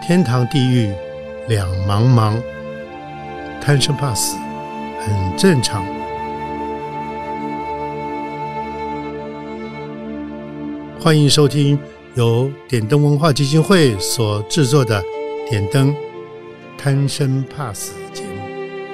天堂地狱两茫茫，贪生怕死很正常。欢迎收听由点灯文化基金会所制作的点灯贪生怕死节目。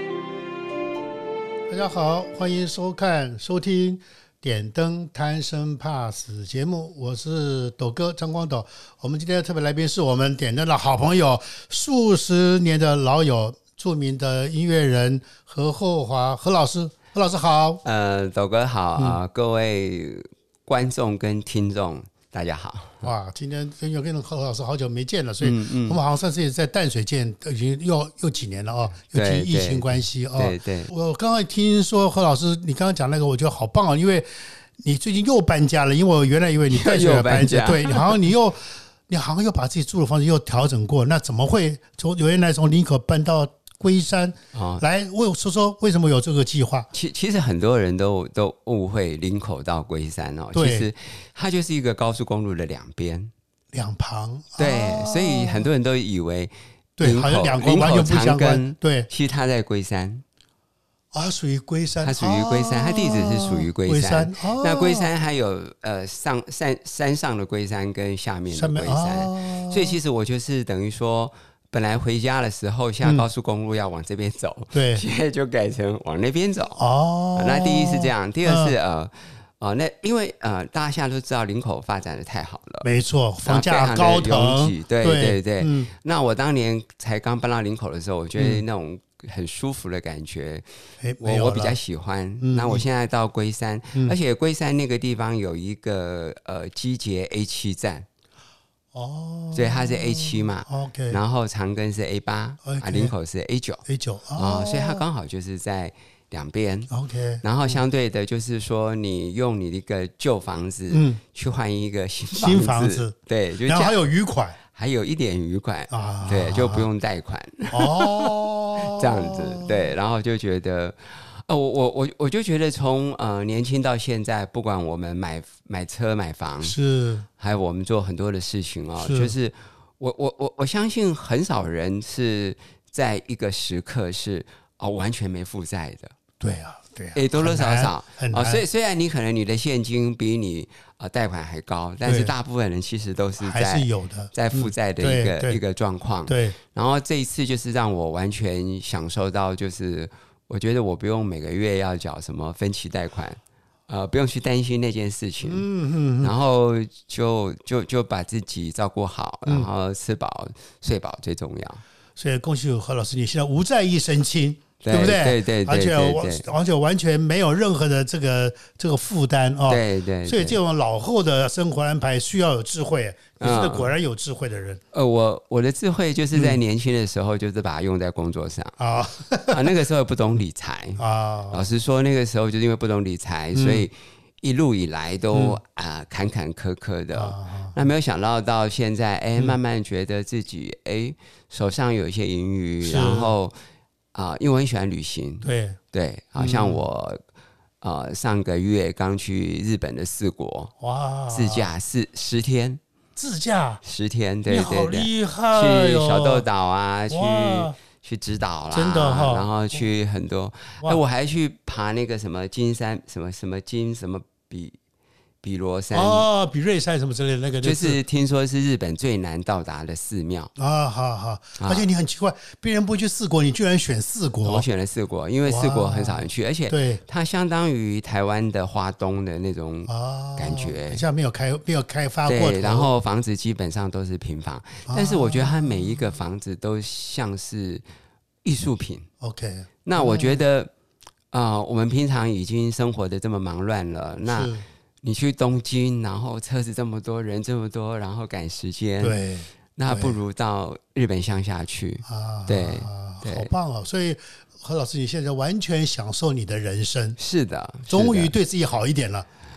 大家好，欢迎收看收听点灯贪生怕死节目，我是斗哥张光斗。我们今天的特别来宾是我们点灯的好朋友，数十年的老友，著名的音乐人何厚华何老师。何老师好。 斗哥好各位观众跟听众大家好。 哇，今天跟何老师好久没见了，所以我们好像上次也在淡水见，已经又几年了哦，尤其疫情关系哦。 对， 我刚刚听说何老师你刚刚讲那个，我觉得好棒哦，因为你最近又搬家了，因为我原来以为你淡水搬家，对，你好像又把自己住的房子又调整过，那怎么会原来从林口搬到龟山来？我说说为什么有这个计划？ 其实很多人都误会林口到龟山哦，其实它就是一个高速公路的两旁，对，所以很多人都以为对，好像两个完全不相关。对， 其实它在龟山啊，属于龟山， 它属于龟山，它地址是属于龟山。那龟山还有山上的龟山跟下面的龟山，所以其实我就是等于说，本来回家的时候下高速公路要往这边走，对，现在就改成往那边走。那第一是这样，第二是那因为大家现在都知道林口发展的太好了， 没错，房价高腾， 对。那我当年才刚搬到林口的时候，我觉得那种很舒服的感觉，我比较喜欢。那我现在到龟山，而且龟山那个地方有一个机捷 A7 站。所以它是 A7 嘛，然后长庚是 A8，林口是 A9，所以它刚好就是在两边。然后相对的就是说，你用你的一个旧房子去换一个新房子，对， 然后还有余款， 还有一点余款对，就不用贷款这样子，对，然后就觉得。我就觉得从年轻到现在，不管我们买车买房，是还有我们做很多的事情就是我相信很少人是在一个时刻是完全没负债的。对啊，多多少少所以虽然你可能你的现金比你贷款还高，但是大部分人其实都是还是有的在负债的一个状况。对，然后这一次就是让我完全享受到就是。我觉得我不用每个月要缴什么分期贷款，不用去担心那件事情，然后就把自己照顾好，然后吃饱睡饱最重要。 所以恭喜何老师，你现在无债一身轻。对不对？对，而且完全没有任何的这个负担对，所以这种老后的生活安排需要有智慧，你是果然有智慧的人。 我的智慧就是在年轻的时候，就是把它用在工作上那个时候不懂理财老实说，那个时候就是因为不懂理财，所以一路以来都坎坎坷坷的。那没有想到现在，慢慢觉得自己手上有一些盈余，然后。因为我很喜欢旅行，对，好像我上个月刚去日本的4国，自驾10天， 自驾 10天，对， 你好厉害去小豆岛去直岛啦， 真的然后去很多，我还去爬那个什么金山，什么金什么比罗山比瑞山什么之类的那个， 就是听说是日本最难到达的寺庙好，而且你很奇怪，别人不会去4国，你居然选4国。 我选了4国，因为4国很少人去，而且它相当于台湾的花东的那种感觉， 像没有开发过， 对，然后房子基本上都是平房，但是我觉得它每一个房子都像是艺术品。那我觉得我们平常已经生活的这么忙乱了，那你去东京，然后车子这么多，人这么多，然后赶时间，对，那不如到日本乡下去对， 好棒哦！所以何老师，你现在完全享受你的人生， 是的， 终于对自己好一点了。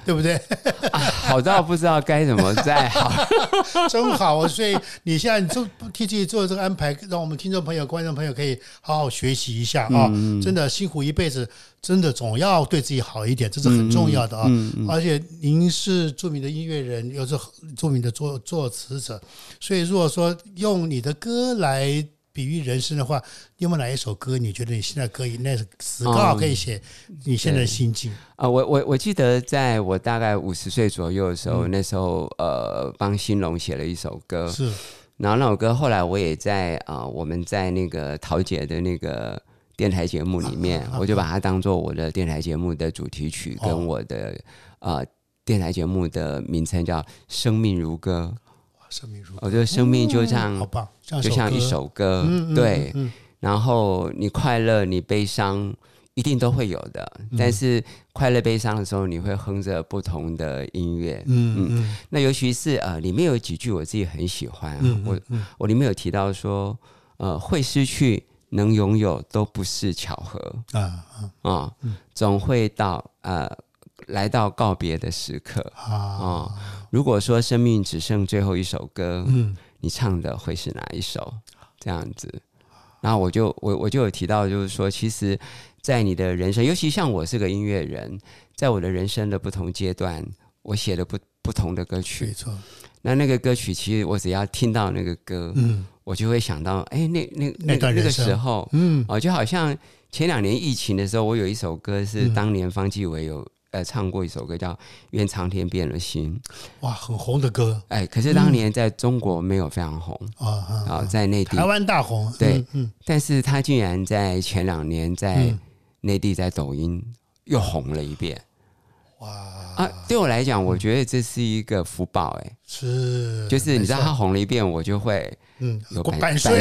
对不对？ 好到不知道该怎么再好。 真好，所以你现在替自己做这个安排，让我们听众朋友、观众朋友可以好好学习一下啊！真的辛苦一辈子，真的总要对自己好一点，这是很重要的啊！而且您是著名的音乐人，又是著名的作词者，所以如果说用你的歌来比喻人生的话，有没有哪一首歌你觉得你现在可以那词刚好可以写你现在的心境？ 我记得在我大概50岁左右的时候，那时候帮兴隆写了一首歌， 是。 然后那首歌后来我也在我们在那个陶姐的那个电台节目里面，我就把它当做我的电台节目的主题曲，跟我的电台节目的名称叫《生命如歌》。 生命如歌， 我觉得生命就像好棒， 就像一首歌，对。然后你快乐，你悲伤，一定都会有的。但是快乐、悲伤的时候，你会哼着不同的音乐。那尤其是里面有几句我自己很喜欢。我里面有提到说，会失去，能拥有，都不是巧合总会来到告别的时刻如果说生命只剩最后一首歌，你唱的会是哪一首？这样子，然后我就有提到，就是说，其实，在你的人生，尤其像我是个音乐人，在我的人生的不同阶段，我写了不同的歌曲。 没错。 那个歌曲，其实我只要听到那个歌，我就会想到，那个时候，就好像前2年疫情的时候，我有一首歌是当年方季韦有唱过一首歌叫《愿苍天变了心》， 哇，很红的歌。 可是当年在中国没有非常红在内地台湾大红， 对，但是他竟然在前2年在内地在抖音又红了一遍。哇对我来讲，我觉得这是一个福报是， 就是你知道他红了一遍，我就会有版税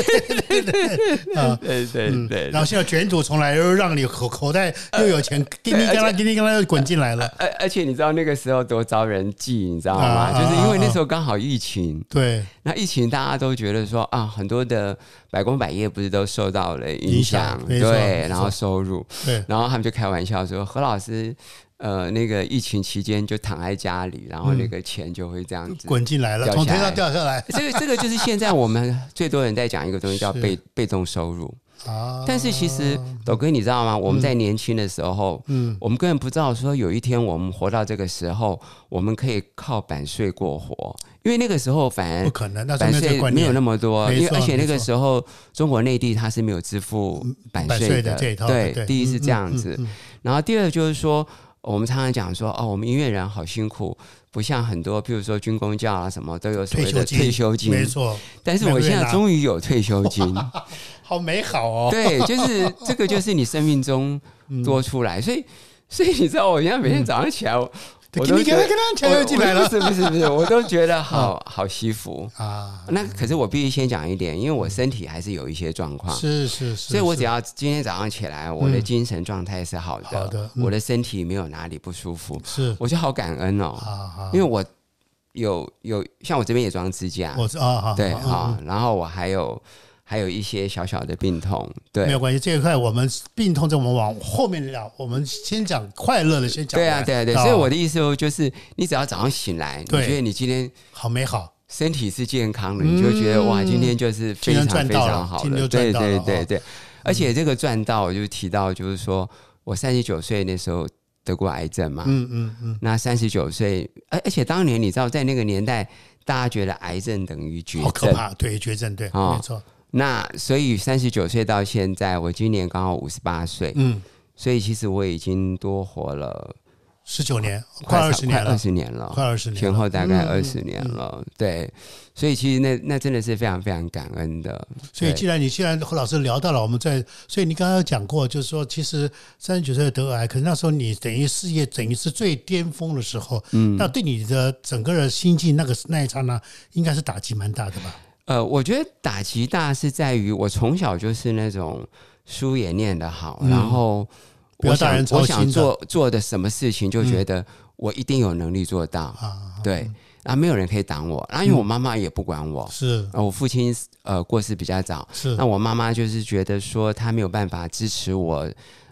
对， 然后现在卷土重来，又让你口袋又有钱，叮叮当当又滚进来了。 而且你知道那个时候多招人忌，你知道吗？就是因为那时候刚好疫情， 对， 那疫情大家都觉得说很多的百工百业不是都受到了影响，对，然后收入，对，然后他们就开玩笑说何老师。那个疫情期间就躺在家里，然后那个钱就会这样子滚进来了，从天上掉下来。 这个就是现在我们最多人在讲一个东西叫被动收入。但是其实斗哥你知道吗？我们在年轻的时候，我们根本不知道说有一天我们活到这个时候，我们可以靠版税过活，因为那个时候反而不可能， 版税没有那么多，因为而且那个时候中国内地它是没有支付版税的，对，第一是这样子，然后第二就是说。我们常常讲说我们音乐人好辛苦，不像很多譬如说军公教什么都有所谓的退休金， 没错。 但是我现在终于有退休金， 好美好哦。 对，就是这个就是你生命中多出来，所以你知道我现在每天早上起来我都觉得钱又进来了，不是，我都觉得好惜福那可是我必须先讲一点，因为我身体还是有一些状况， 是， 所以我只要今天早上起来，我的精神状态是好的，我的身体没有哪里不舒服，是，我就好感恩因为我有像我这边也装支架，对然后我还有一些小小的病痛，对， 没有关系。这一块我们病痛，我们往后面聊。我们先讲快乐的，先讲。 对，所以我的意思就是，你只要早上醒来，你觉得你今天好美好， 身体是健康的，你就觉得哇，今天就是非常非常好的。对。而且这个赚到，我就提到，就是说我39岁那时候得过癌症嘛，那39岁，而且当年你知道，在那个年代，大家觉得癌症等于绝症， 好可怕，对，绝症，对，没错。 那所以39岁到现在，我今年刚好58岁，所以其实我已经多活了 19年，快20年了 ，20年了， 快20年了， 前后大概20年了，对，所以其实那真的是非常非常感恩的。 所以既然何老师聊到了，所以你刚刚有讲过，就是说其实39岁得癌，可是那时候你等于事业等于是最巅峰的时候，那对你的整个的心境那一刹那，应该是打击蛮大的吧？ 我觉得打击大是在于我从小就是那种书也念得好，然后我想做的什么事情就觉得我一定有能力做到，对，然后没有人可以挡我，然后因为我妈妈也不管我， 是我父亲过世比较早，是那我妈妈就是觉得说她没有办法支持我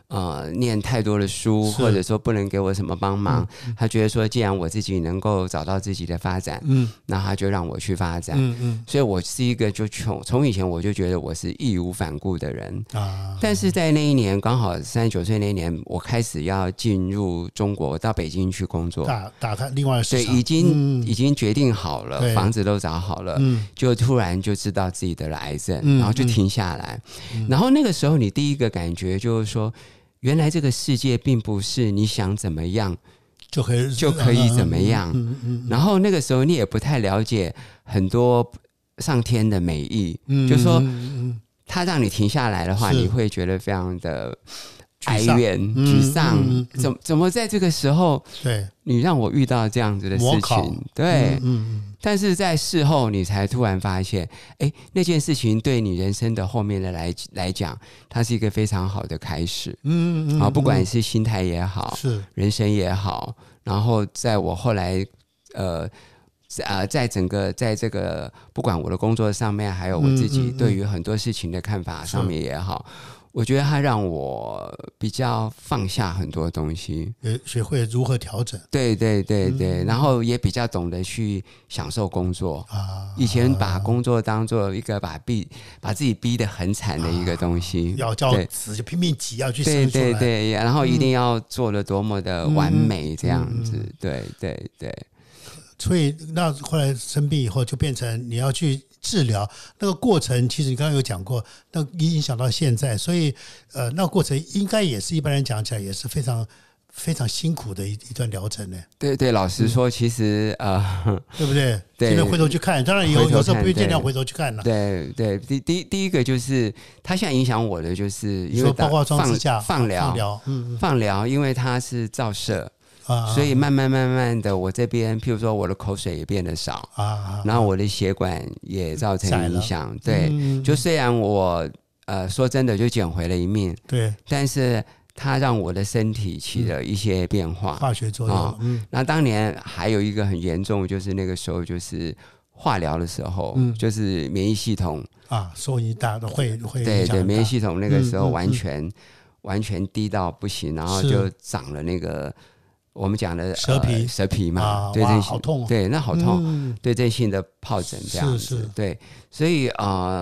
念太多的书，或者说不能给我什么帮忙。他觉得说，既然我自己能够找到自己的发展，那他就让我去发展。所以我是一个就从以前我就觉得我是义无反顾的人啊。但是在那一年刚好39岁那一年，我开始要进入中国，到北京去工作， 打开另外的市场。 对，已经决定好了，房子都找好了，就突然就知道自己得了癌症，然后就停下来。然后那个时候，你第一个感觉就是说，原来这个世界并不是你想怎么样就可以怎么样。然后那个时候你也不太了解很多上天的美意，就是说他让你停下来的话，你会觉得非常的哀怨、沮丧。怎么在这个时候，对你让我遇到这样子的事情？对，但是在事后你才突然发现，那件事情对你人生的后面的来讲，它是一个非常好的开始。不管是心态也好，是人生也好，然后在我后来在这个不管我的工作上面，还有我自己对于很多事情的看法上面也好，我觉得它让我比较放下很多东西， 也学会如何调整。 对，然后也比较懂得去享受工作啊。以前把工作当做一个把自己逼得很惨的一个东西， 要叫死就拼命挤，要去生出来。 对，然后一定要做得多么的完美这样子。对。 所以那后来生病以后，就变成你要去治疗，那个过程其实你刚刚有讲过，那影响到现在，所以那个过程应该也是一般人讲起来也是非常非常辛苦的一段疗程呢。 对，老实说，其实对不对？ 对， 现在回头去看，当然有时候不一定要回头去看了。 对，第一个就是它现在影响我的，就是因为包括装支架、 放疗，因为它是照射。所以慢慢的，我这边譬如说我的口水也变得少然后我的血管也造成影响。对，就虽然我说真的就捡回了一命，对，但是它让我的身体起了一些变化， 化学作用。 那当年还有一个很严重，就是那个时候就是化疗的时候，就是免疫系统受益大的会对，免疫系统那个时候完全低到不行，然后就长了那个。我们讲的蛇皮嘛，对症性好痛对，那好痛，对症性的疱疹这样子，对，所以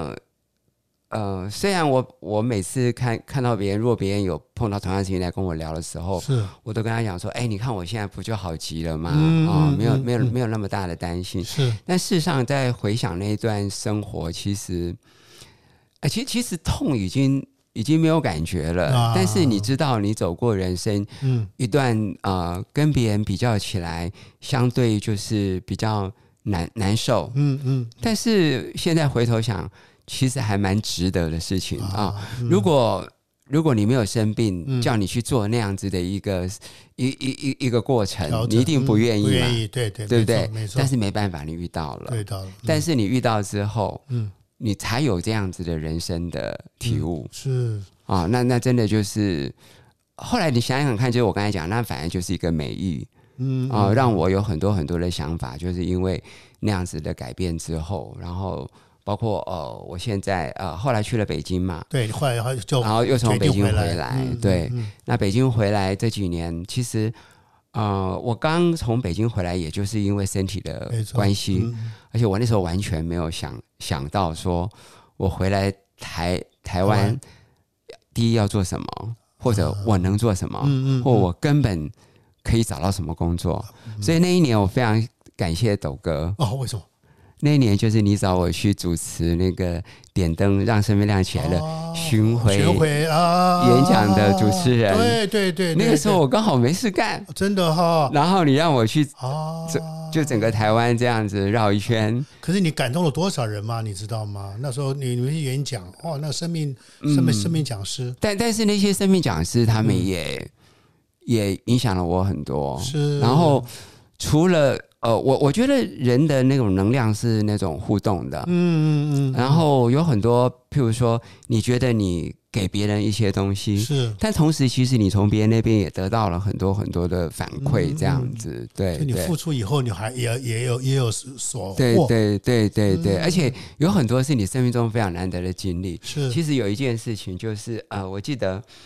虽然我每次看到别人，如果别人有碰到同样事情来跟我聊的时候，我都跟他讲说，你看我现在不就好极了吗？没有那么大的担心。但事实上，在回想那一段生活，其实痛已经没有感觉了，但是你知道，你走过人生一段跟别人比较起来，相对就是比较难受，但是现在回头想，其实还蛮值得的事情如果你没有生病，叫你去做那样子的一个过程，你一定不愿意嘛， 对不对？但是没办法，你遇到了，但是你遇到之后，你才有这样子的人生的体悟， 是那真的就是后来你想想看，就是我刚才讲，那反而就是一个美意，让我有很多很多的想法，就是因为那样子的改变之后，然后包括我现在后来去了北京嘛， 对，后来然后又从北京回来，对，那北京回来这几年，其实我刚从北京回来，也就是因为身体的关系，而且我那时候完全没有想到说我回来台湾第一要做什么，或者我能做什么，或我根本可以找到什么工作。所以那一年我非常感谢斗哥。 为什么？ 那一年就是你找我去主持那个点灯让生命亮起来的巡回演讲的主持人。 对， 那个时候我刚好没事干， 真的然后你让我去就整个台湾这样子绕一圈。 可是你感动了多少人吗？你知道吗？那时候你们去演讲，那生命讲师， 但是那些生命讲师他们也影响了我很多。 是， 然后除了我觉得人的那种能量是那种互动的，然后有很多，譬如说，你觉得你给别人一些东西， 是， 但同时其实你从别人那边也得到了很多很多的反馈，这样子，对， 就你付出以后，你还也有所获， 对，而且有很多是你生命中非常难得的经历。 是， 其实有一件事情就是我记得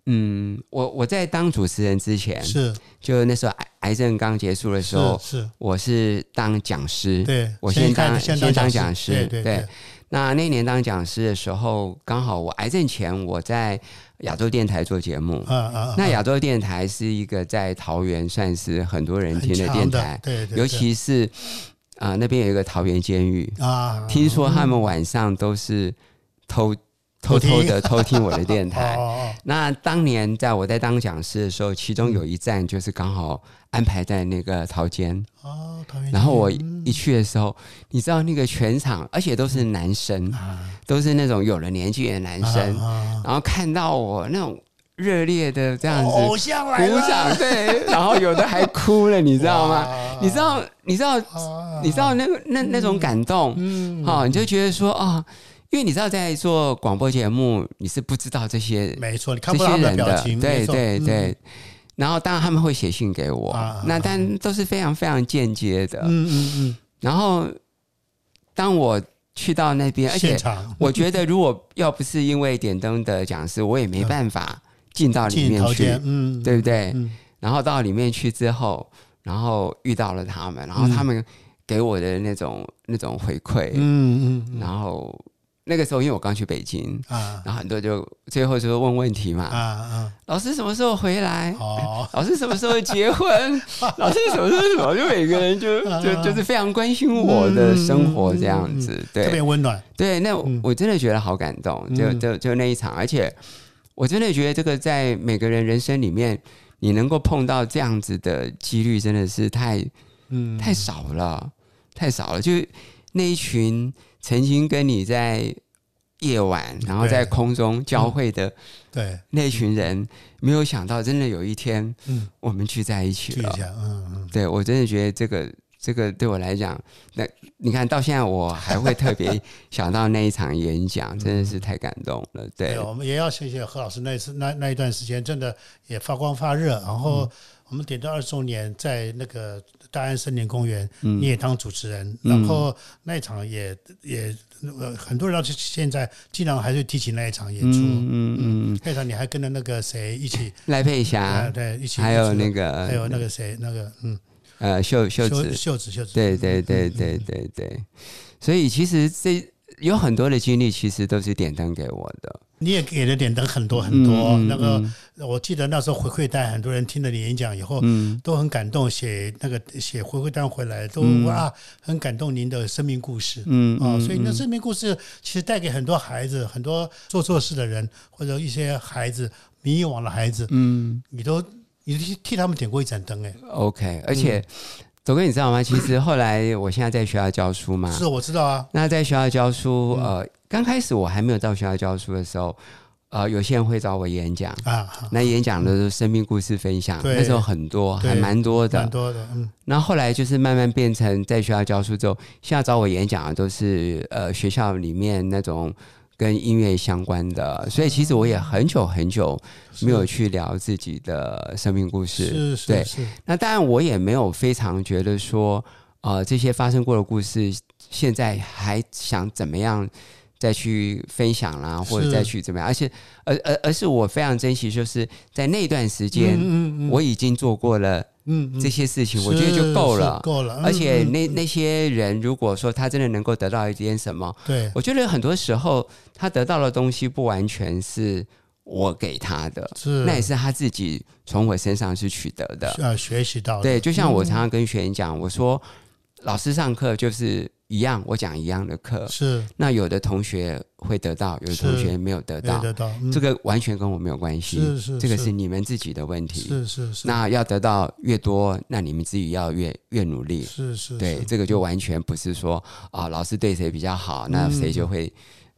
我在当主持人之前，就那时候癌症刚结束的时候，我是当讲师， 对， 我先当讲师， 对。 那年当讲师的时候，刚好我癌症前我在亚洲电台做节目，那亚洲电台是一个在桃园算是很多人听的电台， 对， 尤其是那边有一个桃园监狱听说他们晚上都是偷的偷听我的电台。那当年我在当讲师的时候，其中有一站就是刚好安排在那个桃监。然后我一去的时候，你知道那个全场，而且都是男生，都是那种有了年纪的男生，然后看到我那种热烈的这样子偶像来了， 鼓掌，对，然后有的还哭了，你知道吗？你知道那种感动，你就觉得说因为你知道，在做广播节目，你是不知道这些， 没错，你看不到他们的表情， 对。然后当然他们会写信给我，但都是非常非常间接的，然后当我去到那边，而且我觉得如果要不是因为点灯的讲师，我也没办法进到里面去，对不对？然后到里面去之后，然后遇到了他们，然后他们给我的那种回馈，然后。那个时候，因为我刚去北京然后很多就最后就问问题嘛，老师什么时候回来？老师什么时候结婚？老师什么时候什么？就每个人就是非常关心我的生活这样子，对， 特别温暖。 对，那我真的觉得好感动，就那一场，而且我真的觉得这个在每个人人生里面，你能够碰到这样子的几率真的是太少了，太少了，就那一群。曾经跟你在夜晚，然后在空中交汇的那群人，没有想到真的有一天，我们聚在一起了。对，我真的觉得这个对我来讲，那你看到现在我还会特别想到那一场演讲，真的是太感动了。对， 我们也要谢谢何老师那一段时间，真的也发光发热，然后。我们点到20周年，在那个大安森林公园，你也当主持人，然后那一场也很多人到现在经常还是提起那一场演出，那一场你还跟着那个谁一起， 赖佩霞， 对，一起， 还有那个谁，那个秀子，对，所以其实有很多的经历，其实都是点灯给我的。 你也给了点灯很多很多，那个我记得那时候回馈单，很多人听了你演讲以后，都很感动，写回馈单回来，都很感动您的生命故事，所以那生命故事其实带给很多孩子，很多做错事的人，或者一些孩子迷惘的孩子，你替他们点过一盏灯 ，OK， 而且。斗哥，你知道吗？其实后来我现在在学校教书嘛， 是我知道啊。 那在学校教书，刚开始我还没有到学校教书的时候，有些人会找我演讲那演讲的是生命故事分享，那时候很多，还蛮多的，然后后来就是慢慢变成在学校教书之后，现在找我演讲的都是学校里面那种。跟音乐相关的，所以其实我也很久很久没有去聊自己的生命故事。对，那当然我也没有非常觉得说，这些发生过的故事，现在还想怎么样再去分享啦，或者再去怎么样，而是我非常珍惜，就是在那段时间，我已经做过了。这些事情我觉得就够了，而且那些人如果说他真的能够得到一点什么， 对， 我觉得很多时候他得到的东西不完全是我给他的，那也是他自己从我身上是取得的， 学习到的。 对，就像我常常跟学员讲，我说老师上课就是一样，我讲一样的课， 是那有的同学会得到，有的同学没有得到，这个完全跟我没有关系，这个是你们自己的问题， 是。 那要得到越多，那你们自己要越努力， 是。 对，这个就完全不是说老师对谁比较好，那谁就会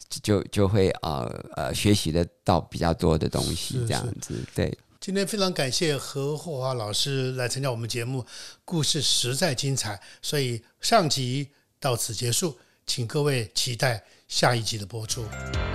学习得到比较多的东西，这样子，对。 今天非常感谢何霍华老师来参加我们节目，故事实在精彩，所以上集到此结束，请各位期待下一集的播出。